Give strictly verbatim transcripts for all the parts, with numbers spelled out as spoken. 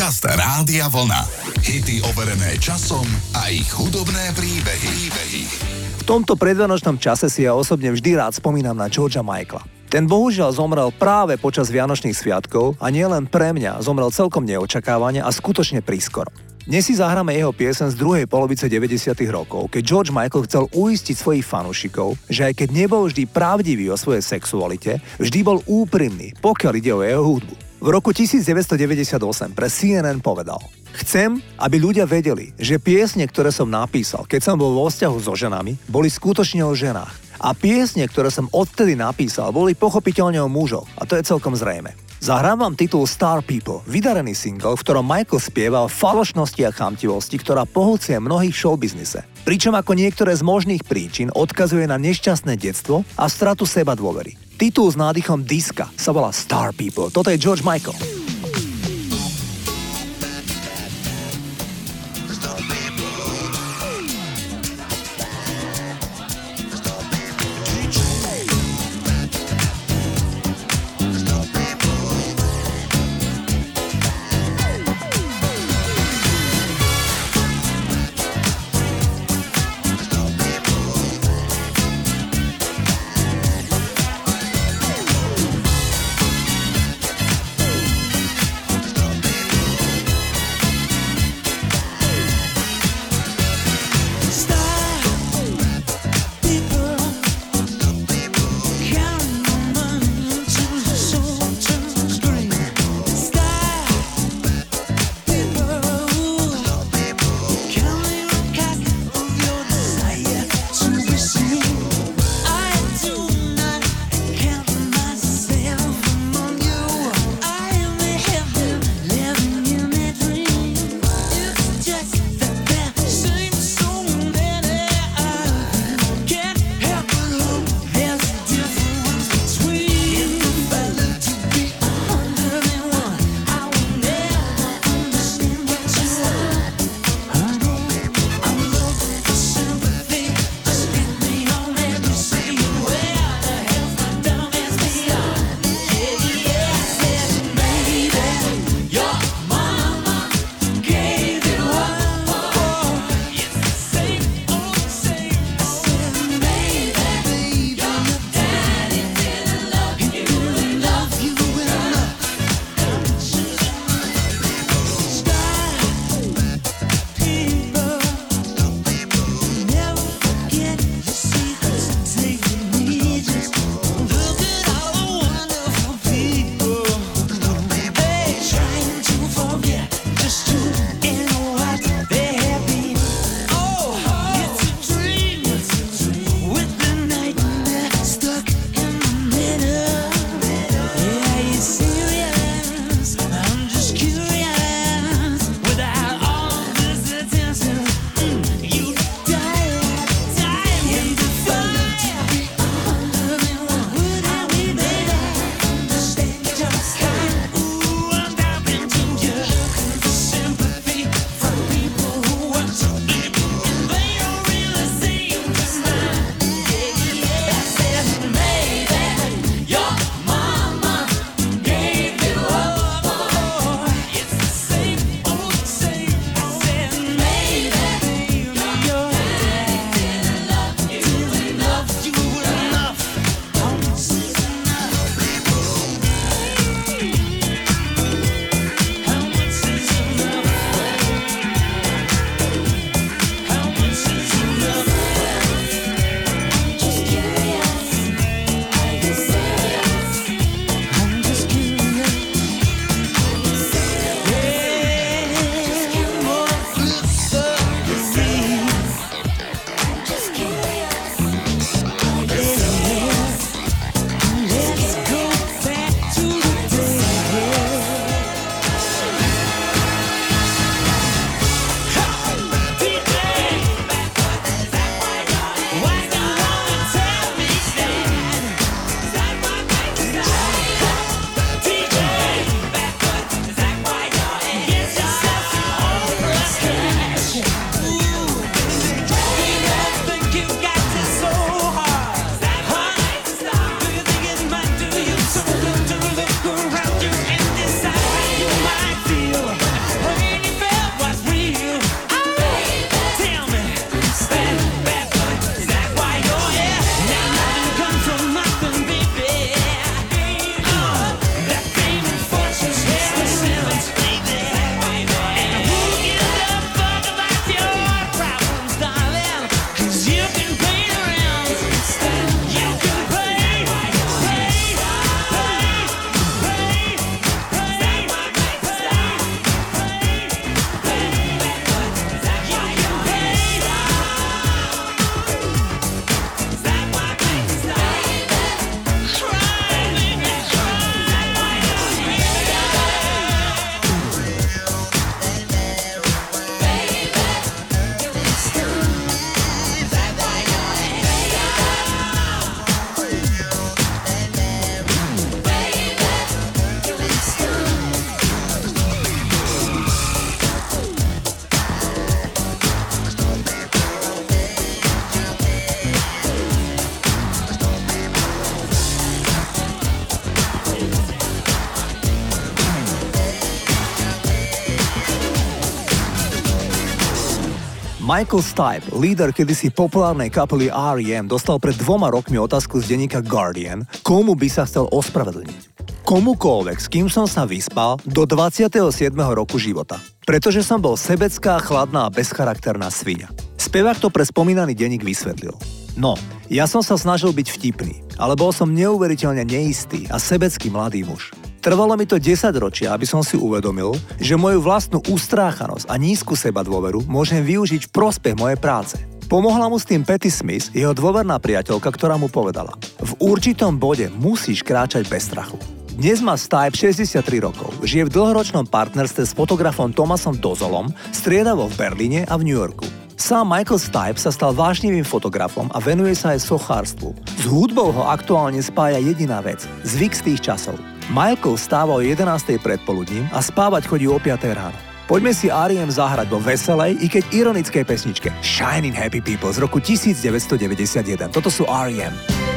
Podcast Rádia Vlna. Hity overené časom a ich hudobné príbehy. príbehy. V tomto predvianočnom čase si ja osobne vždy rád spomínam na Georgea Michaela. Ten bohužiaľ zomrel práve počas Vianočných sviatkov a nielen pre mňa zomrel celkom neočakávane a skutočne prískoro. Dnes si zahráme jeho piesen z druhej polovice deväťdesiatych rokov, keď George Michael chcel uistiť svojich fanúšikov, že aj keď nebol vždy pravdivý o svojej sexualite, vždy bol úprimný, pokiaľ ide o jeho hudbu. V roku devätnásťstodeväťdesiatosem pre C N N povedal: Chcem, aby ľudia vedeli, že piesne, ktoré som napísal, keď som bol vo vzťahu so ženami, boli skutočne o ženách. A piesne, ktoré som odtedy napísal, boli pochopiteľne o mužoch. A to je celkom zrejme. Zahrám vám titul Star People, vydarený single, v ktorom Michael spieva o falošnosti a chamtivosti, ktorá pohľcie mnohých v showbiznise. Pričom ako niektoré z možných príčin odkazuje na nešťastné detstvo a stratu seba dôvery. Titul s nádychom diska sa volá Star People. Toto je George Michael. Michael Stipe, líder kedysi populárnej kapely er í em, dostal pred dvoma rokmi otázku z denníka Guardian, komu by sa chcel ospravedlniť. Komukoľvek, s kým som sa vyspal do dvadsiateho siedmeho roku života. Pretože som bol sebecká, chladná a bezcharakterná sviňa. Spevák to pre spomínaný denník vysvetlil. No, ja som sa snažil byť vtipný, ale bol som neuveriteľne neistý a sebecký mladý muž. Trvalo mi to desaťročia, aby som si uvedomil, že moju vlastnú ustráchanosť a nízku sebadôveru môžem využiť v prospech mojej práce. Pomohla mu s tým Patti Smith, jeho dôverná priateľka, ktorá mu povedala: v určitom bode musíš kráčať bez strachu. Dnes má Stipe šesťdesiattri rokov, žije v dlhoročnom partnerstve s fotografom Thomasom Dozolom, striedavo v Berlíne a v New Yorku. Sám Michael Stipe sa stal vášnivým fotografom a venuje sa aj sochárstvu. S hudbou ho aktuálne spája jediná vec – zvyk z tých časov. Michael vstáva o jedenástej predpoludním a spávať chodí o piatej ráno. Poďme si er í em zahrať vo veselej, i keď ironickej pesničke Shining Happy People z roku devätnásťstodeväťdesiatjeden. Toto sú er í em.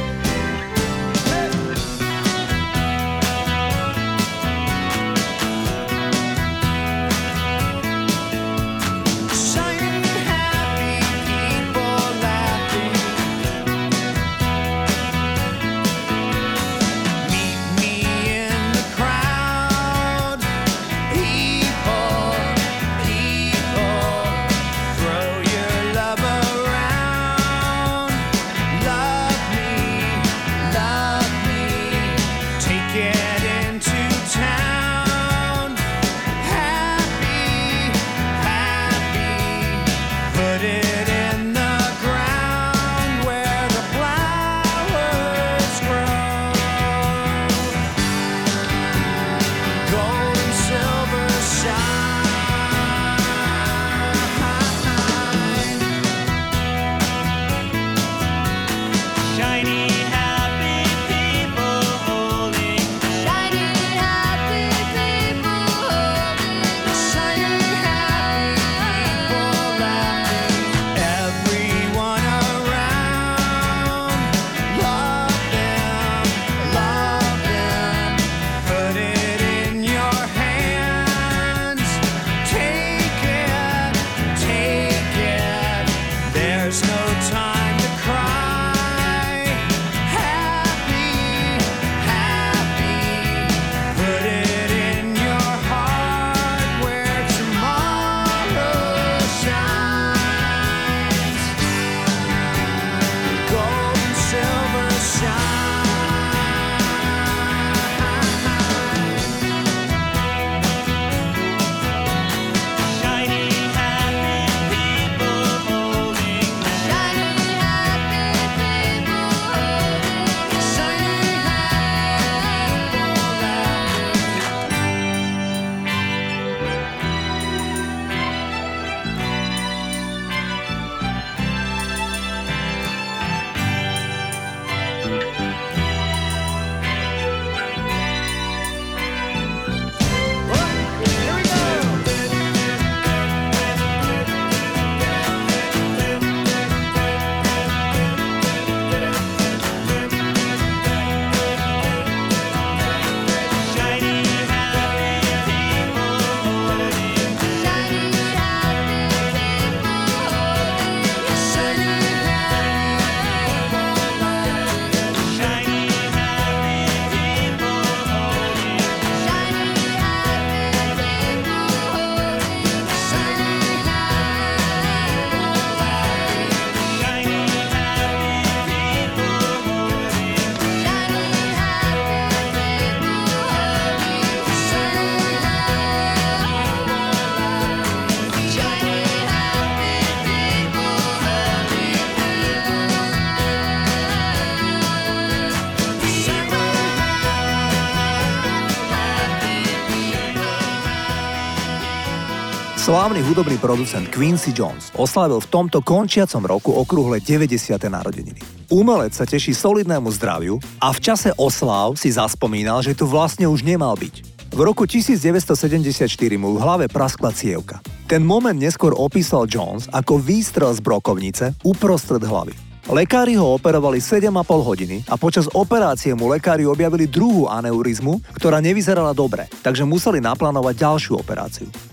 Slávny hudobný producent Quincy Jones oslavil v tomto končiacom roku okrúhle deväťdesiate narodeniny. Umelec sa teší solidnému zdraviu a v čase osláv si zaspomínal, že tu vlastne už nemal byť. V roku devätnásťstosedemdesiatštyri mu v hlave praskla cievka. Ten moment neskôr opísal Jones ako výstrel z brokovnice uprostred hlavy. Lekári ho operovali sedem a pol hodiny a počas operácie mu lekári objavili druhú aneurizmu, ktorá nevyzerala dobre, takže museli naplánovať ďalšiu operáciu.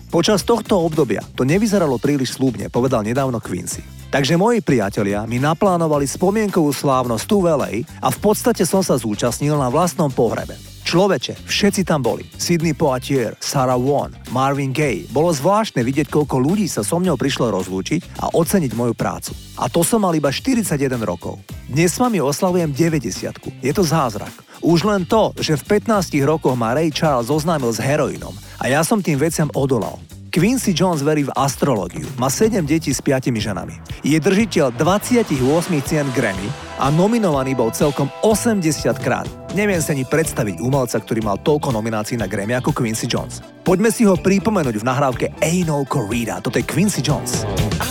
Počas tohto obdobia to nevyzeralo príliš sľubne, povedal nedávno Quincy. Takže moji priatelia mi naplánovali spomienkovú slávnosť tu v el ej a v podstate som sa zúčastnil na vlastnom pohrebe. Človeče, všetci tam boli. Sidney Poitier, Sarah Vaughan, Marvin Gaye. Bolo zvláštne vidieť, koľko ľudí sa so mňou prišlo rozlúčiť a oceniť moju prácu. A to som mal iba štyridsaťjeden rokov. Dnes s vami oslavujem deväťdesiatku. Je to zázrak. Už len to, že v pätnástich rokoch ma Ray Charles oznámil s heroínom a ja som tým veciam odolal. Quincy Jones verí v astrológiu, má sedem detí s piatimi ženami. Je držiteľ dvadsaťosem cien Grammy a nominovaný bol celkom osemdesiat krát. Neviem si ani predstaviť umelca, ktorý mal toľko nominácií na Grammy ako Quincy Jones. Poďme si ho pripomenúť v nahrávke Ain't No Corrida. Toto je Quincy Jones.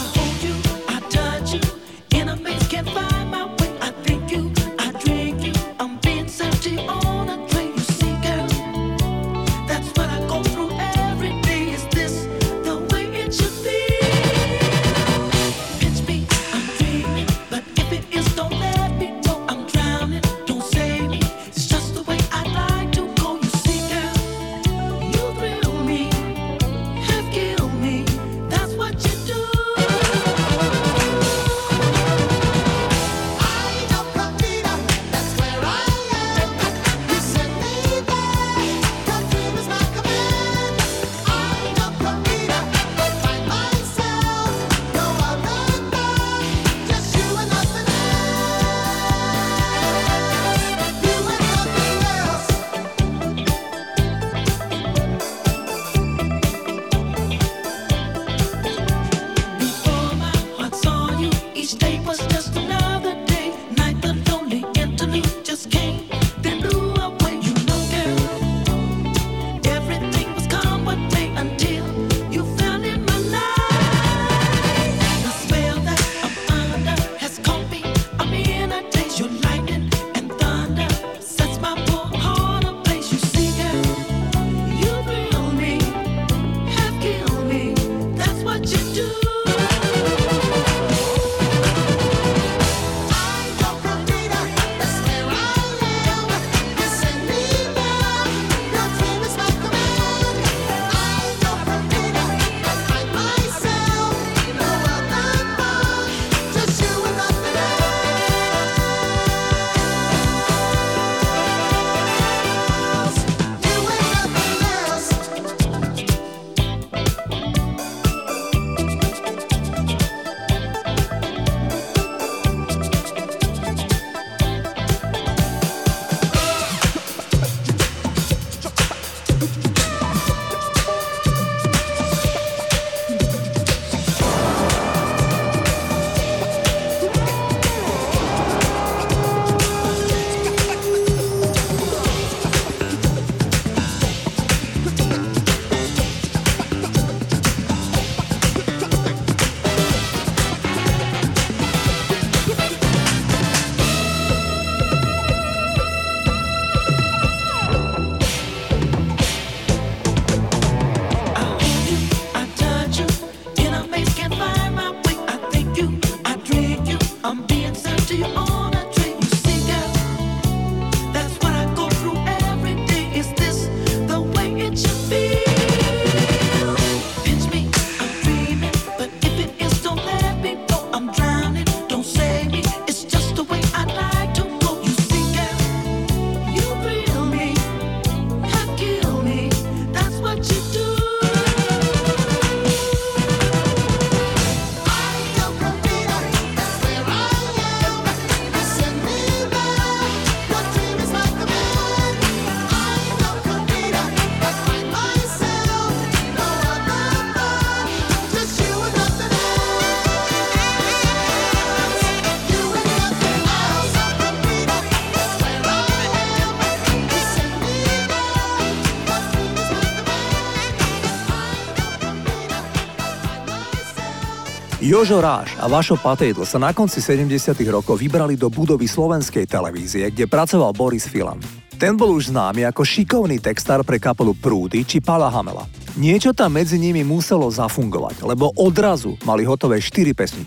Jožo Ráš a Vašo Patejdl sa na konci sedemdesiatych rokov vybrali do budovy slovenskej televízie, kde pracoval Boris Filan. Ten bol už známy ako šikovný textár pre kapelu Prúdy či Pala Hamela. Niečo tam medzi nimi muselo zafungovať, lebo odrazu mali hotové štyri pesničky.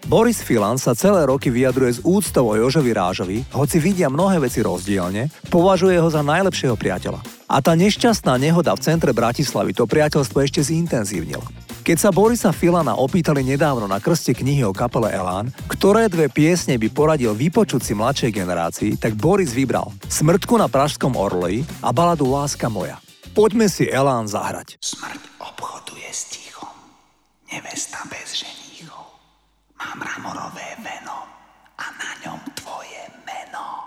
Boris Filan sa celé roky vyjadruje s úctou o Jožovi Rážovi, hoci vidia mnohé veci rozdielne, považuje ho za najlepšieho priateľa. A tá nešťastná nehoda v centre Bratislavy to priateľstvo ešte zintenzívnila. Keď sa Borisa Filana opýtali nedávno na krste knihy o kapele Elán, ktoré dve piesne by poradil vypočuť si mladšej generácii, tak Boris vybral Smrtku na Pražskom orloji a baladu Láska moja. Poďme si Elán zahrať. Smrť obchoduje s tichom, nevesta bez ženíchov, má mramorové veno a na ňom tvoje meno.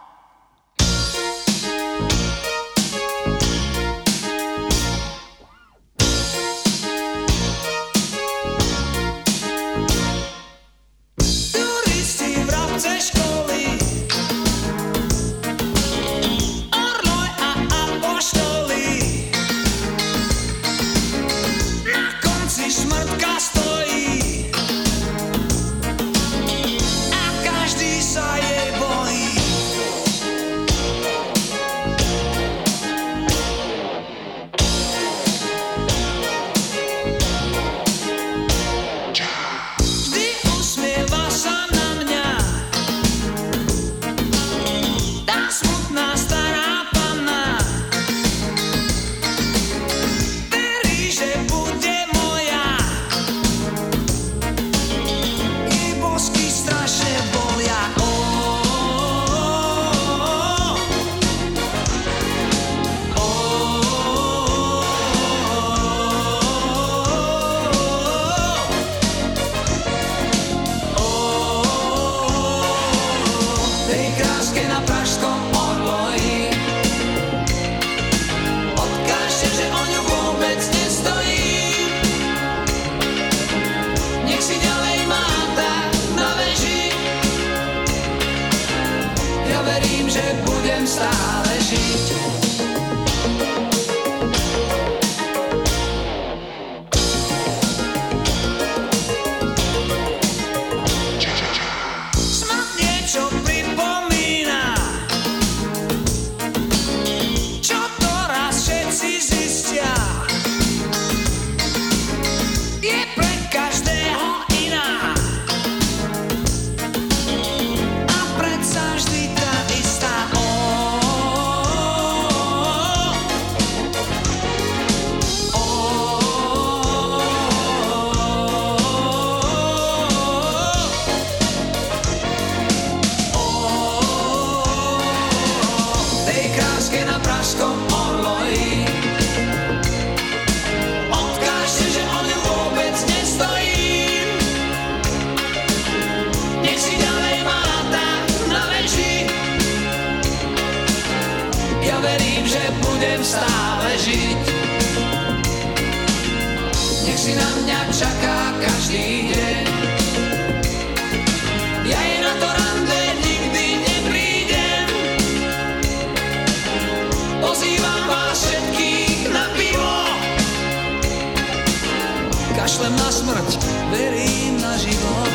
Kašlem na smrť, verím na život.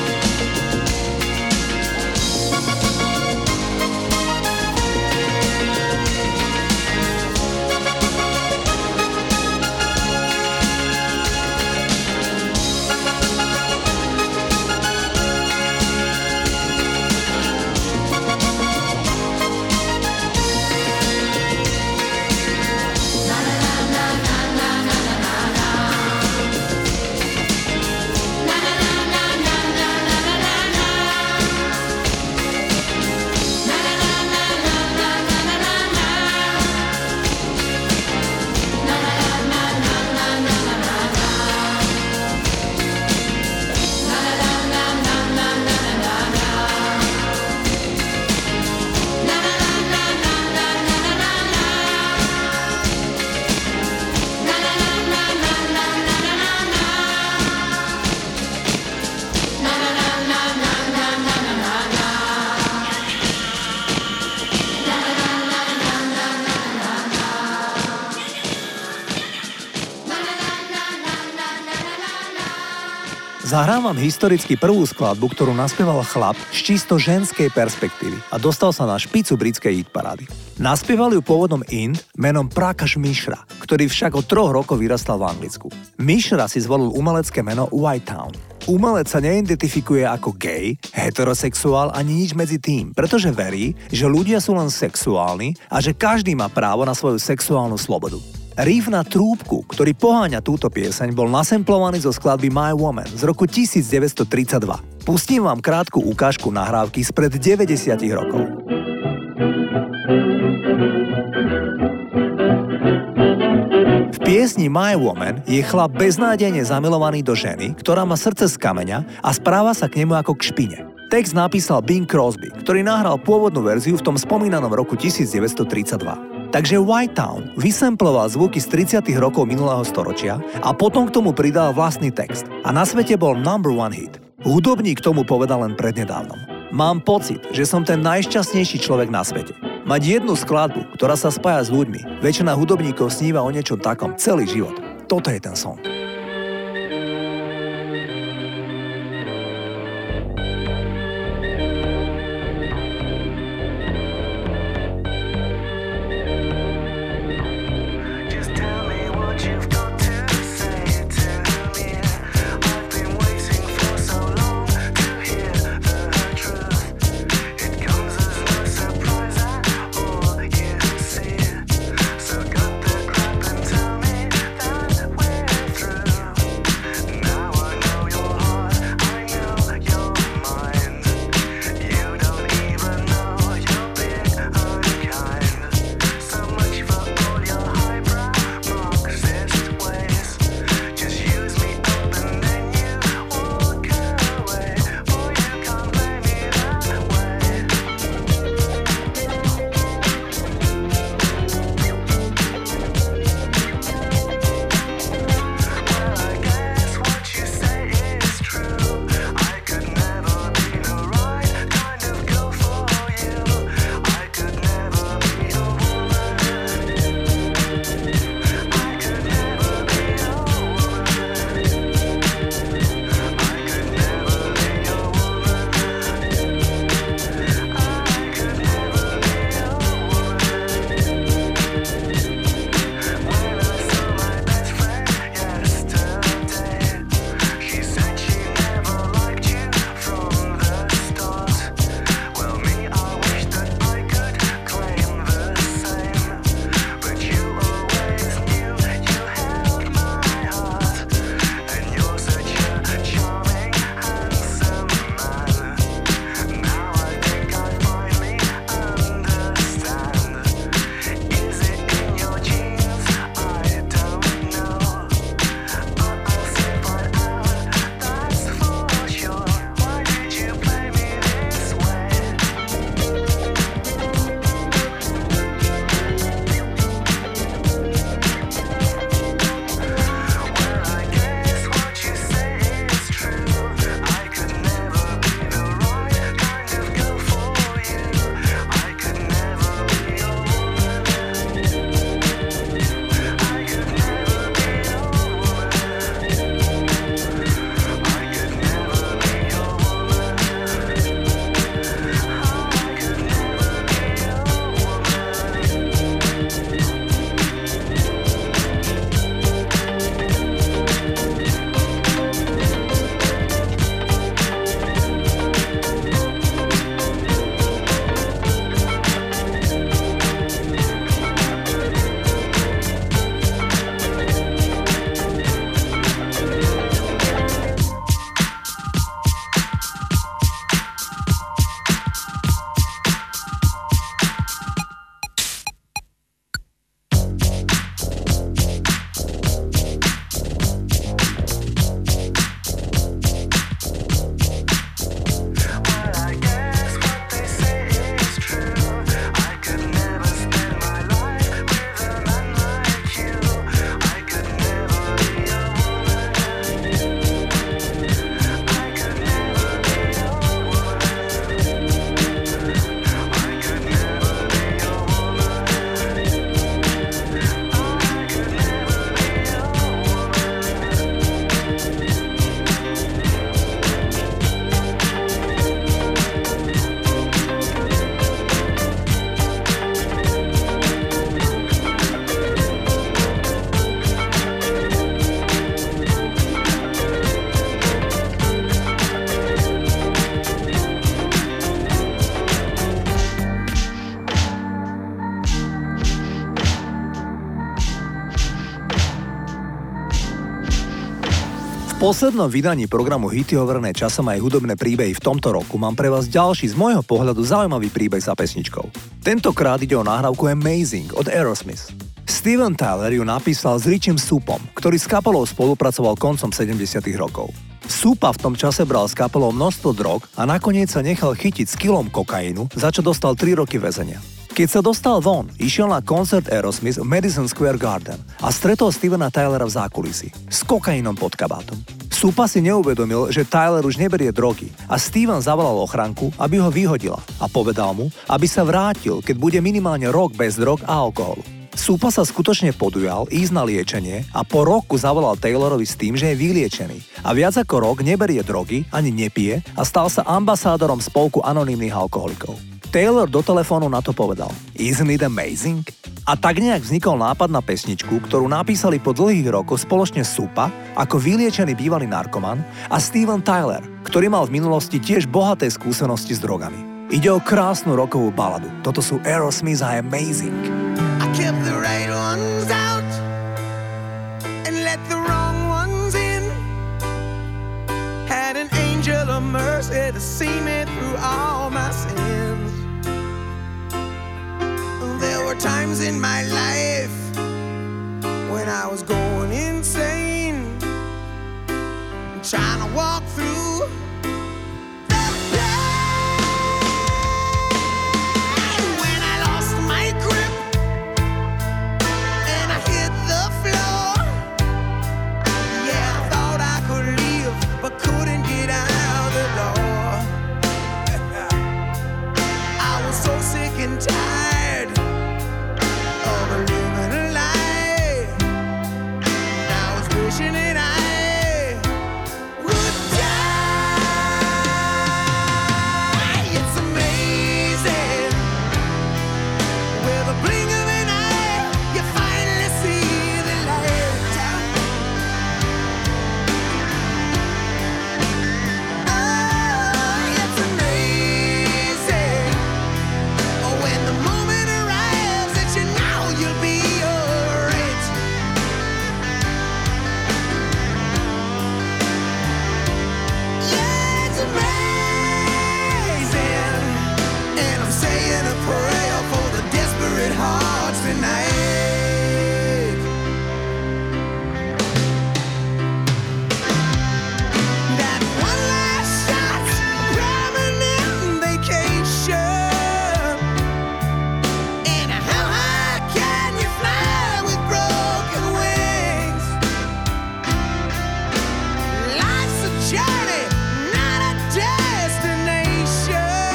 Zahrávam historicky prvú skladbu, ktorú naspieval chlap z čisto ženskej perspektívy a dostal sa na špicu britskej hitparády. Naspieval ju pôvodom Ind menom Prakash Mishra, ktorý však od troch rokov vyrastal v Anglicku. Mishra si zvolil umelecké meno White Town. Umelec sa neidentifikuje ako gay, heterosexuál ani nič medzi tým, pretože verí, že ľudia sú len sexuálni a že každý má právo na svoju sexuálnu slobodu. Riff na trúbku, ktorý poháňa túto pieseň, bol nasemplovaný zo skladby My Woman z roku devätnásťstotridsaťdva. Pustím vám krátku ukážku nahrávky spred deväťdesiat rokov. V piesni My Woman je chlap beznádejne zamilovaný do ženy, ktorá má srdce z kameňa a správa sa k nemu ako k špine. Text napísal Bing Crosby, ktorý nahral pôvodnú verziu v tom spomínanom roku devätnásťstotridsaťdva. Takže White Town vysemploval zvuky z tridsiatych rokov minulého storočia a potom k tomu pridal vlastný text. A na svete bol number one hit. Hudobník tomu povedal len prednedávnom. Mám pocit, že som ten najšťastnejší človek na svete. Mať jednu skladbu, ktorá sa spája s ľuďmi. Väčšina hudobníkov sníva o niečom takom celý život. Toto je ten song. Through poslednom vydaní programu Hity overené časom aj hudobné príbehy v tomto roku mám pre vás ďalší z môjho pohľadu zaujímavý príbeh za pesničkou. Tentokrát ide o nahrávku Amazing od Aerosmith. Steven Tyler ju napísal s Richim Supom, ktorý s kapelou spolupracoval koncom sedemdesiatych rokov. Supa v tom čase bral s kapelou množstvo drog a nakoniec sa nechal chytiť s kilom kokainu, za čo dostal tri roky väzenia. Keď sa dostal von, išiel na koncert Aerosmith v Madison Square Garden a stretol Stevena Tylera v zákulisí s kokainom pod kabátom. Supa si neuvedomil, že Tyler už neberie drogy a Steven zavolal ochranku, aby ho vyhodila a povedal mu, aby sa vrátil, keď bude minimálne rok bez drog a alkoholu. Supa sa skutočne podujal ísť na liečenie a po roku zavolal Taylorovi s tým, že je vyliečený a viac ako rok neberie drogy ani nepije a stal sa ambasádorom spolku anonymných alkoholikov. Taylor do telefónu na to povedal: Isn't it amazing? A tak nejak vznikol nápad na pesničku, ktorú napísali po dlhých rokoch spoločne Supa ako vyliečený bývalý narkoman a Steven Tyler, ktorý mal v minulosti tiež bohaté skúsenosti s drogami. Ide o krásnu rockovú baladu. Toto sú Aerosmith a Amazing. I kept the right ones out and let the wrong ones in. Had an angel of mercy to see me through all my sins. There were times in my life when I was going insane, trying to walk through the pain. When I lost my grip and I hit the floor, yeah, I thought I could leave but couldn't get out the door. I was so sick and tired wishing that I would die. It's amazing. With a blink of an eye, you finally see the light. Oh, it's amazing. When the moment arrives that you know you'll be alright. Amazing, and I'm saying a prayer for the desperate hearts tonight. That one last shot, permanent vacation. And how high can you fly with broken wings? Life's a journey, not a destination,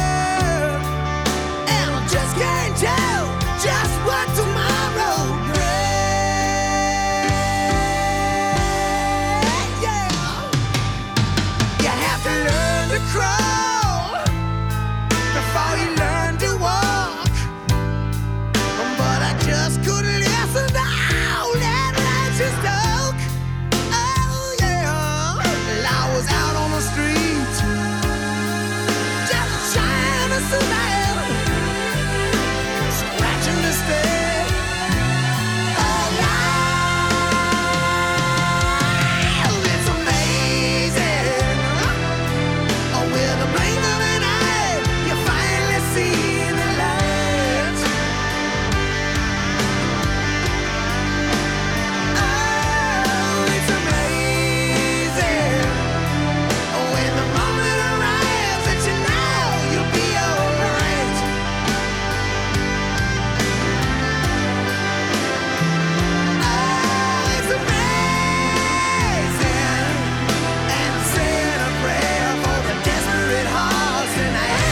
and I just can't tell just what tomorrow brings. Yeah, you have to learn to crawl before you learn to walk, but I just couldn't listen to all that righteous talk. Oh yeah, I was out on the street, just trying to survive, scratching the step. Oh wow, it's amazing. Oh, with a blink of an eye, you finally see the light. Oh, it's amazing. When the moment arrives that you know you'll be alright. Oh, it's amazing. And I'm saying a prayer for the desperate hearts tonight.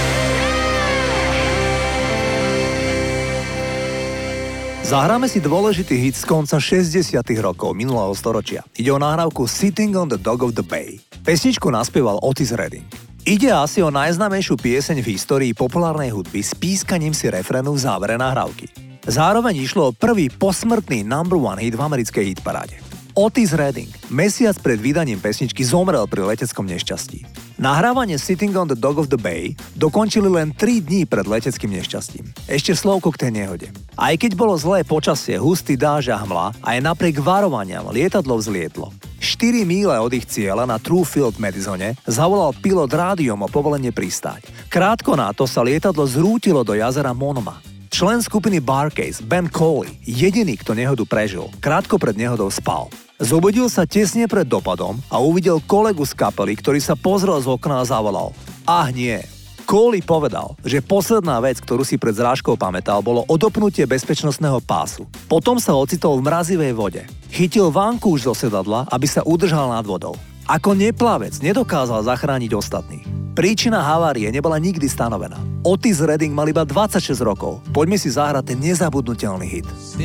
Zahráme si dôležitý hit z konca šesťdesiatych rokov minulého storočia. Ide o nahrávku Sitting on the Dock of the Bay. Pesničku naspieval Otis Redding. Ide asi o najznámejšiu pieseň v histórii populárnej hudby s pískaním si refrénu v závere nahrávky. Zároveň išlo o prvý posmrtný number one hit v americkej hitparáde. Otis Redding mesiac pred vydaním pesničky zomrel pri leteckom nešťastí. Nahrávanie Sitting on the Dock of the Bay dokončili len tri dní pred leteckým nešťastím. Ešte slovko k tej nehode. Aj keď bolo zlé počasie, hustý dážď a hmla, aj napriek varovaniam lietadlo vzlietlo. štyri míle od ich cieľa na True Field v Madisone zavolal pilot rádiom o povolenie pristáť. Krátko na to sa lietadlo zrútilo do jazera Monoma. Člen skupiny Barcase, Ben Coley, jediný, kto nehodu prežil, krátko pred nehodou spal. Zobudil sa tesne pred dopadom a uvidel kolegu z kapely, ktorý sa pozrel z okna a zavolal: "Ah nie." Coley povedal, že posledná vec, ktorú si pred zrážkou pamätal, bolo odopnutie bezpečnostného pásu. Potom sa ocitol v mrazivej vode. Chytil vankúš zo sedadla, aby sa udržal nad vodou. Ako neplavec nedokázal zachrániť ostatných. Príčina havárie nebola nikdy stanovená. Otis Redding mal iba dvadsaťšesť rokov. Poďme si zahrať ten nezabudnutelný hit.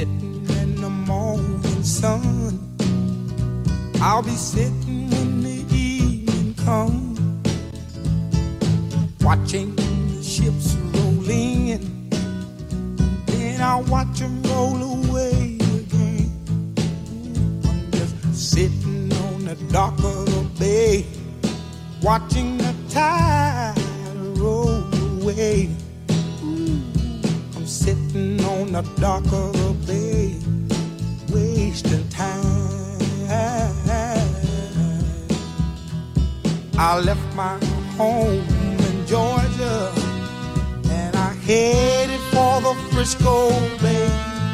I'll be sitting when the evening comes, watching the ships rolling in, then I'll watch them roll away again. I'm just sitting on the dock of the bay, watching the tide roll away. I'm sitting on the dock of the bay, wasting time. I left my home in Georgia and I headed for the Frisco Bay.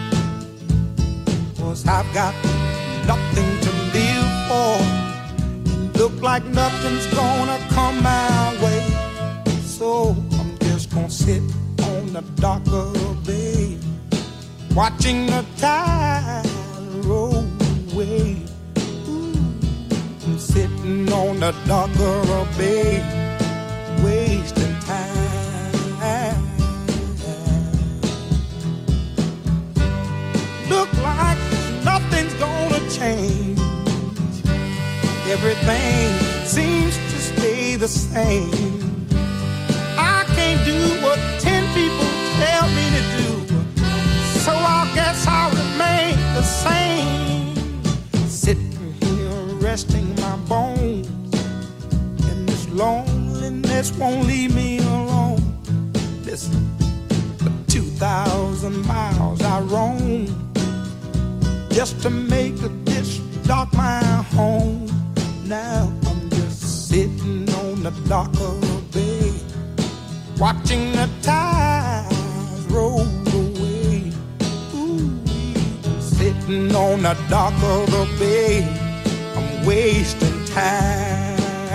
'Cause I've got nothing to live for, and look like nothing's gonna come my way. So I'm just gonna sit on the dock of the bay, watching the tide roll away. Sitting on the dock of a bay, wasting time. Look like nothing's gonna change. Everything seems to stay the same. I can't do what ten people tell me to do, so I guess I'll remain the same. Sitting here resting my bones, and this loneliness won't leave me alone. Listen, for two thousand miles I roam just to make this dock my home. Now I'm just sitting on the dock of the bay, watching the tides roll away. Ooh, sitting on the dock of the bay, wasting time.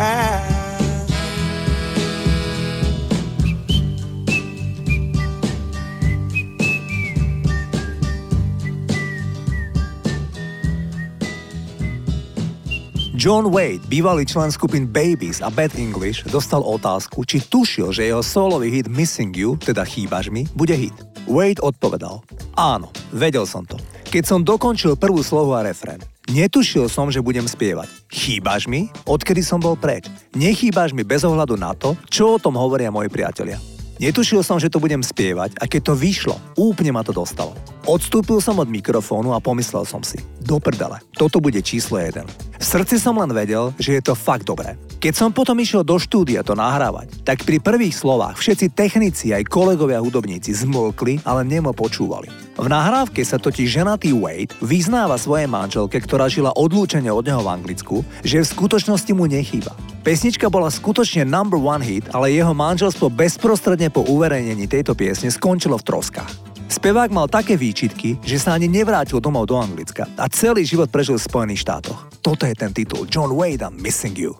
John Wade, bývalý člen skupín Babies a Bad English, dostal otázku, či tušil, že jeho solový hit Missing You, teda Chýbaš mi, bude hit. Wade odpovedal: "Áno, vedel som to. Keď som dokončil prvú slohu a refrén. Netušil som, že budem spievať. Chýbaš mi, odkedy som bol preč. Nechýbaš mi bez ohľadu na to, čo o tom hovoria moji priatelia. Netušil som, že to budem spievať, a keď to vyšlo, úplne ma to dostalo. Odstúpil som od mikrofónu a pomyslel som si: do prdele, toto bude číslo jeden. V srdci som len vedel, že je to fakt dobré. Keď som potom išiel do štúdia to nahrávať, tak pri prvých slovách všetci technici aj kolegovia hudobníci zmlkli, ale nemo počúvali. V nahrávke sa totiž ženatý Wade vyznáva svojej manželke, ktorá žila odlúčene od neho v Anglicku, že v skutočnosti mu nechýba. Pesnička bola skutočne number one hit, ale jeho manželstvo bezprostredne po uverejnení tejto piesne skončilo v troskách. Spevák mal také výčitky, že sa ani nevrátil domov do Anglicka a celý život prežil v Spojených štátoch. Toto je ten titul: John Wade a Missing You.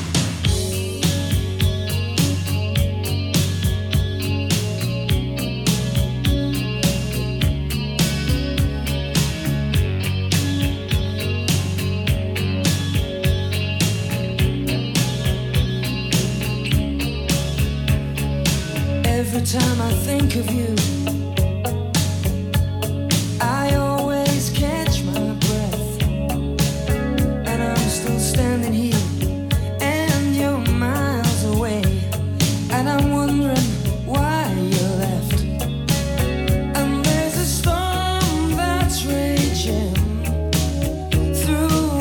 Every time I think of you, I always catch my breath, and I'm still standing here, and you're miles away, and I'm wondering why you left. And there's a storm that's raging through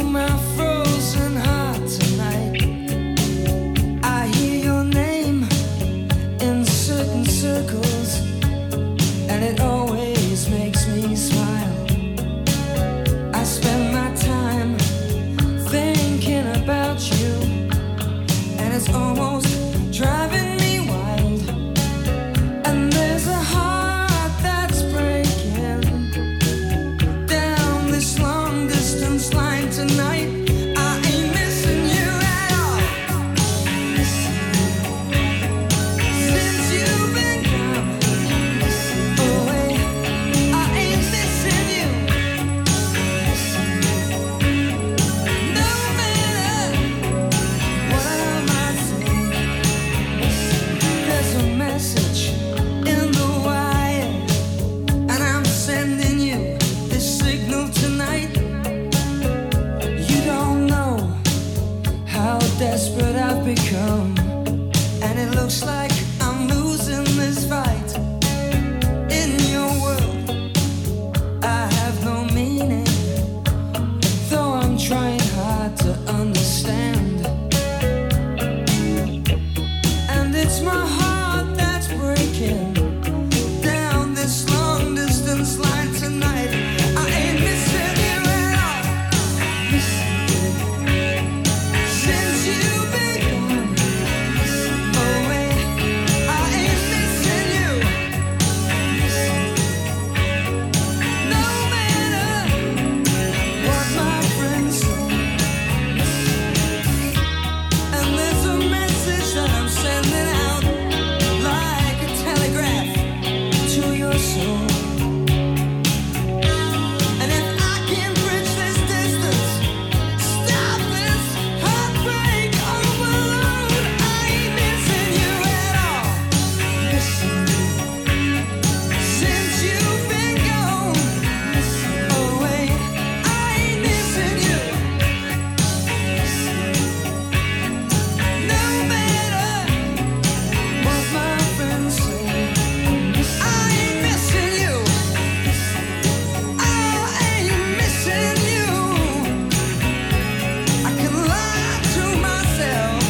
desperate I've become, and it looks like I'm losing this fight. In your world, I have no meaning, though I'm trying hard to understand. And it's my heart that's breaking down this long distance line tonight. I ain't missing you at all. Missing you. Since you've been gone away, I ain't missing you. Missing you. No matter what my friends say. And there's a message that I'm sending out like a telegraph to your soul. And if I can bridge this distance, stop this heartbreak overload, I ain't missing you at all. Missing you. Since you've been gone away, I ain't missing you. No matter what my friends say, I ain't missing you. I ain't missing you. I can lie to myself,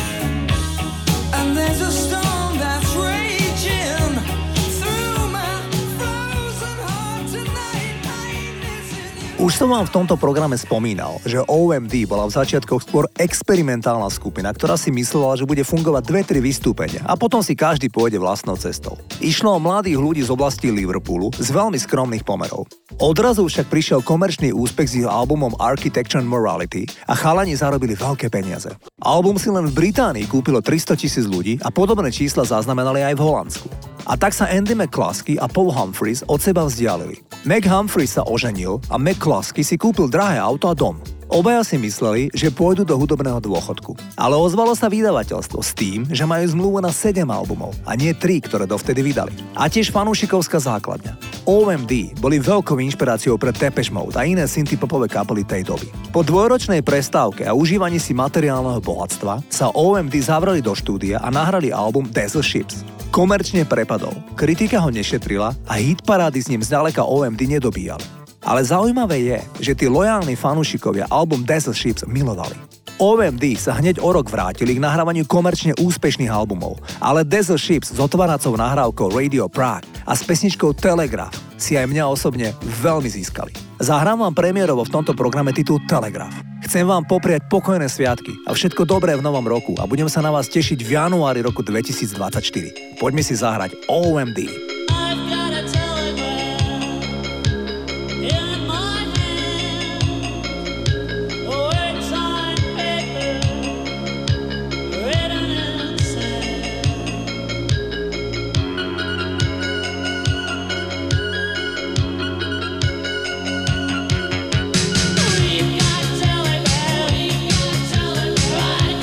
and there's a storm that's raging through my frozen heart tonight. I ain't missing you. Už som vám v tomto programe spomínal, že ó em dé bola v začiatkoch skôr experimentálna skupina, ktorá si myslela, že bude fungovať dve tri vystúpenia a potom si každý pôjde vlastnou cestou. Išlo o mladých ľudí z oblasti Liverpoolu z veľmi skromných pomerov. Odrazu však prišiel komerčný úspech s ich albumom Architecture and Morality a chalani zarobili veľké peniaze. Album si len v Británii kúpilo tristo tisíc ľudí a podobné čísla zaznamenali aj v Holandsku. A tak sa Andy McCluskey a Paul Humphries od seba vzdialili. Mac Humphries sa oženil a McCluskey si kúpil drahé auto a dom. Obaja si mysleli, že pôjdu do hudobného dôchodku. Ale ozvalo sa vydavateľstvo s tým, že majú zmluvu na sedem albumov a nie tri, ktoré dovtedy vydali. A tiež fanúšikovská základňa. ó em dé boli veľkou inšpiráciou pre Depeche Mode a iné synthpopové kapely tej doby. Po dvojročnej prestávke a užívaní si materiálneho bohatstva sa ó em dé zavreli do štúdia a nahrali album Dazzle Ships. Komerčne prepadol, kritika ho nešetrila a hitparády s ním zďaleka ó em dé nedobíjali. Ale zaujímavé je, že tí lojálni fanúšikovia album Dazzle Ships milovali. ó em dé sa hneď o rok vrátili k nahrávaniu komerčne úspešných albumov, ale Dazzle Ships s otváracou nahrávkou Radio Prague a s pesničkou Telegraph si aj mňa osobne veľmi získali. Zahrám vám premiérovo v tomto programe titul Telegraph. Chcem vám popriať pokojné sviatky a všetko dobré v novom roku a budem sa na vás tešiť v januári roku dvetisícdvadsaťštyri. Poďme si zahrať ó em dé.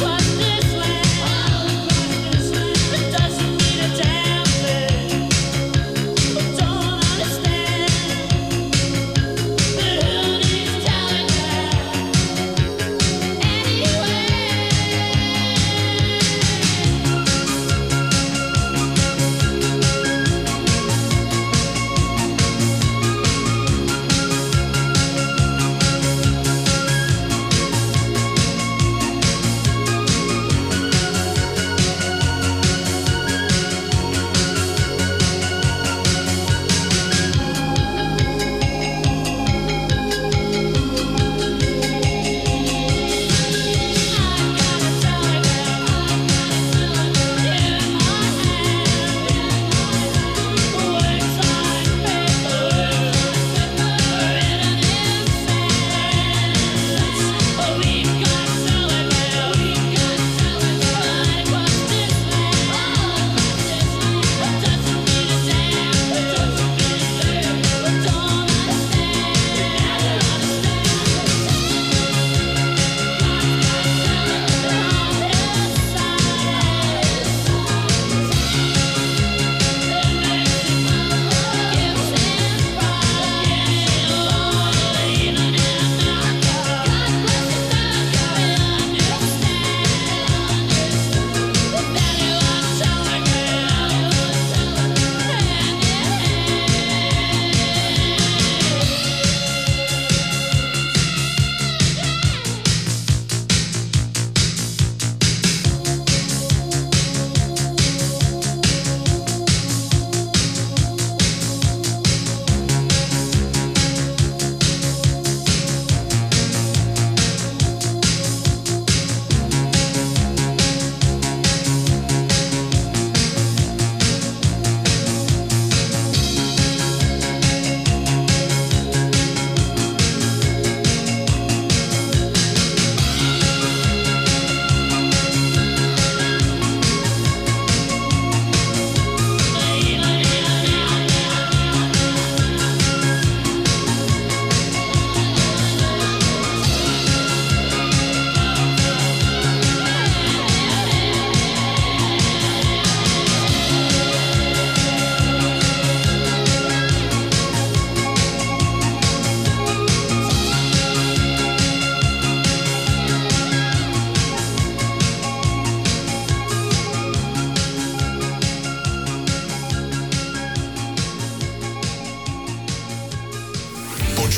Doesn't mean a damn thing.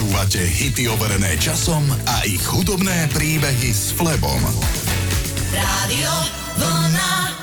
Počúvate hity overené časom a ich hudobné príbehy s Flebom. Rádio Vlna.